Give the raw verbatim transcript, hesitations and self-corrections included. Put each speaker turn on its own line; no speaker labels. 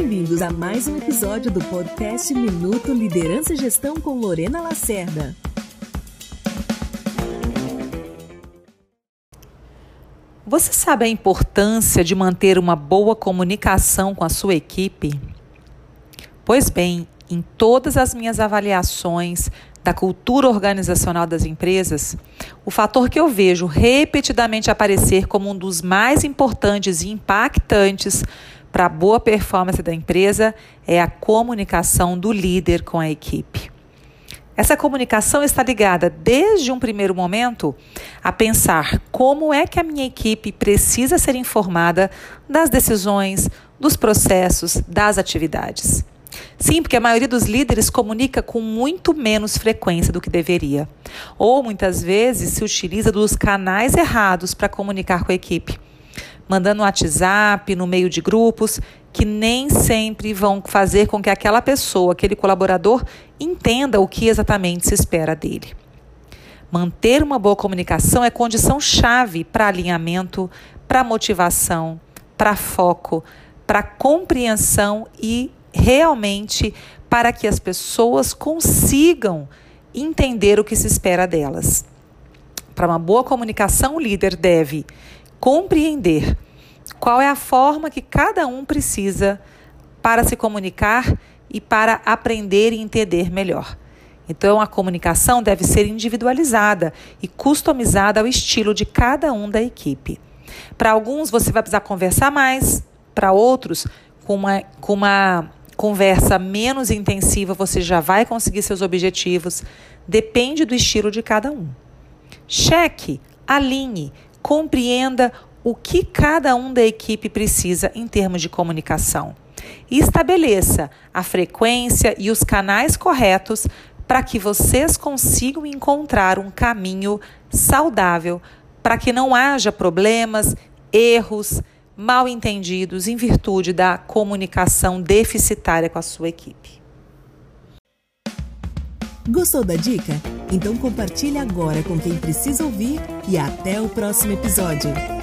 Bem-vindos a mais um episódio do podcast Minuto Liderança e Gestão com Lorena Lacerda.
Você sabe a importância de manter uma boa comunicação com a sua equipe? Pois bem, em todas as minhas avaliações da cultura organizacional das empresas, o fator que eu vejo repetidamente aparecer como um dos mais importantes e impactantes para a boa performance da empresa é a comunicação do líder com a equipe. Essa comunicação está ligada, desde um primeiro momento, a pensar como é que a minha equipe precisa ser informada das decisões, dos processos, das atividades. Sim, porque a maioria dos líderes comunica com muito menos frequência do que deveria. Ou, muitas vezes, se utiliza dos canais errados para comunicar com a equipe. Mandando um WhatsApp no meio de grupos que nem sempre vão fazer com que aquela pessoa, aquele colaborador, entenda o que exatamente se espera dele. Manter uma boa comunicação é condição-chave para alinhamento, para motivação, para foco, para compreensão e realmente para que as pessoas consigam entender o que se espera delas. Para uma boa comunicação, o líder deve compreender qual é a forma que cada um precisa para se comunicar e para aprender e entender melhor. Então, a comunicação deve ser individualizada e customizada ao estilo de cada um da equipe. Para alguns, você vai precisar conversar mais. Para outros, com uma, com uma conversa menos intensiva, você já vai conseguir seus objetivos. Depende do estilo de cada um. Cheque, alinhe, compreenda o que cada um da equipe precisa em termos de comunicação. E estabeleça a frequência e os canais corretos para que vocês consigam encontrar um caminho saudável para que não haja problemas, erros, mal entendidos em virtude da comunicação deficitária com a sua equipe.
Gostou da dica? Então compartilhe agora com quem precisa ouvir e até o próximo episódio.